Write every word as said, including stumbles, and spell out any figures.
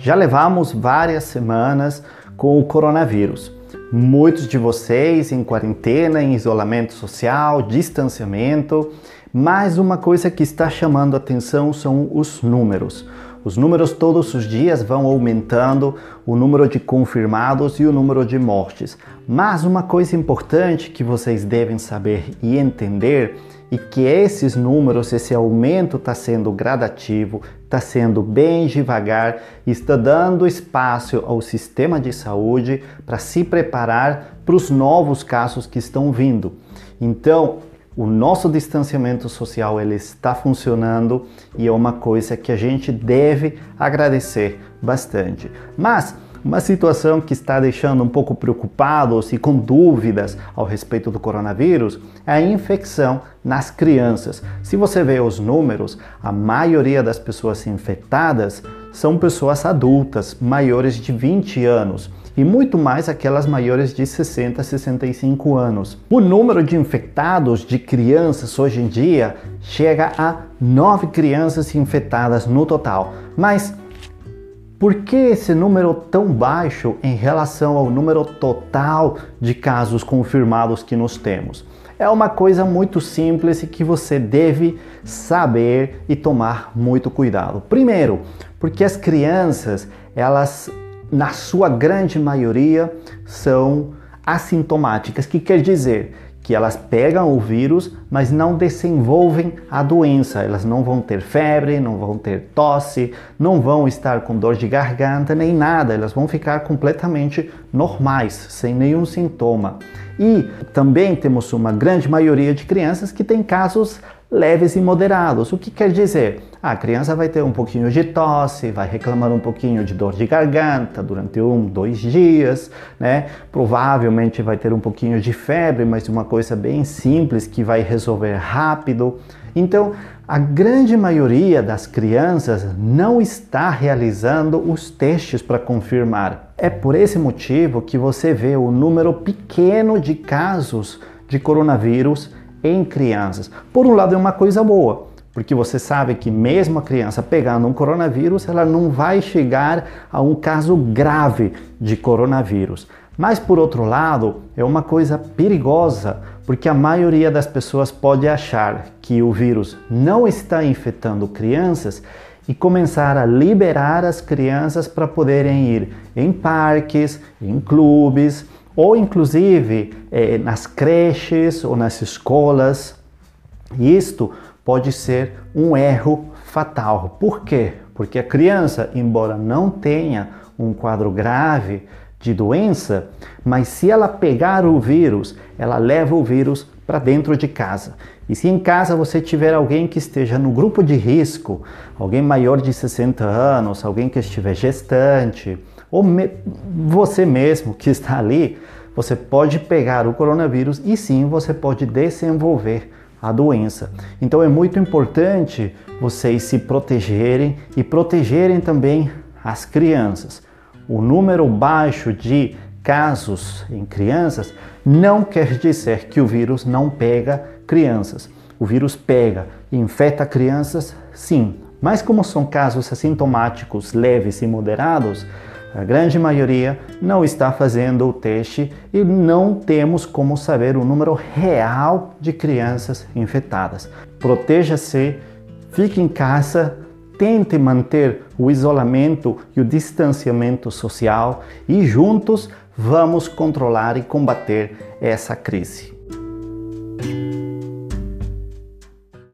Já levamos várias semanas com o coronavírus. Muitos de vocês em quarentena, em isolamento social, distanciamento, mas uma coisa que está chamando a atenção são os números. Os números todos os dias vão aumentando, o número de confirmados e o número de mortes. Mas uma coisa importante que vocês devem saber e entender é que esses números, esse aumento está sendo gradativo, está sendo bem devagar e está dando espaço ao sistema de saúde para se preparar para os novos casos que estão vindo. Então, o nosso distanciamento social ele está funcionando e é uma coisa que a gente deve agradecer bastante. Mas uma situação que está deixando um pouco preocupados e com dúvidas ao respeito do coronavírus é a infecção nas crianças. Se você vê os números, a maioria das pessoas infectadas são pessoas adultas, maiores de vinte anos. E muito mais aquelas maiores de sessenta a sessenta e cinco anos. O número de infectados de crianças hoje em dia chega a nove crianças infectadas no total. Mas por que esse número tão baixo em relação ao número total de casos confirmados que nós temos? É uma coisa muito simples e que você deve saber e tomar muito cuidado. Primeiro, porque as crianças, elas na sua grande maioria, são assintomáticas, que quer dizer que elas pegam o vírus, mas não desenvolvem a doença. Elas não vão ter febre, não vão ter tosse, não vão estar com dor de garganta, nem nada. Elas vão ficar completamente normais, sem nenhum sintoma. E também temos uma grande maioria de crianças que tem casos leves e moderados. O que quer dizer? A criança vai ter um pouquinho de tosse, vai reclamar um pouquinho de dor de garganta durante um, dois dias, né? Provavelmente vai ter um pouquinho de febre, mas uma coisa bem simples que vai resolver rápido. Então, a grande maioria das crianças não está realizando os testes para confirmar. É por esse motivo que você vê o número pequeno de casos de coronavírus em crianças. Por um lado é uma coisa boa, porque você sabe que mesmo a criança pegando um coronavírus, ela não vai chegar a um caso grave de coronavírus. Mas por outro lado, é uma coisa perigosa, porque a maioria das pessoas pode achar que o vírus não está infectando crianças e começar a liberar as crianças para poderem ir em parques, em clubes, ou inclusive eh, nas creches ou nas escolas. E isto pode ser um erro fatal. Por quê? Porque a criança, embora não tenha um quadro grave de doença, mas se ela pegar o vírus, ela leva o vírus para dentro de casa. E se em casa você tiver alguém que esteja no grupo de risco, alguém maior de sessenta anos, alguém que estiver gestante, ou me, você mesmo que está ali, você pode pegar o coronavírus e sim, você pode desenvolver a doença. Então é muito importante vocês se protegerem e protegerem também as crianças. O número baixo de casos em crianças não quer dizer que o vírus não pega crianças. O vírus pega e infecta crianças, sim. Mas como são casos assintomáticos leves e moderados, a grande maioria não está fazendo o teste e não temos como saber o número real de crianças infectadas. Proteja-se, fique em casa, tente manter o isolamento e o distanciamento social e juntos vamos controlar e combater essa crise.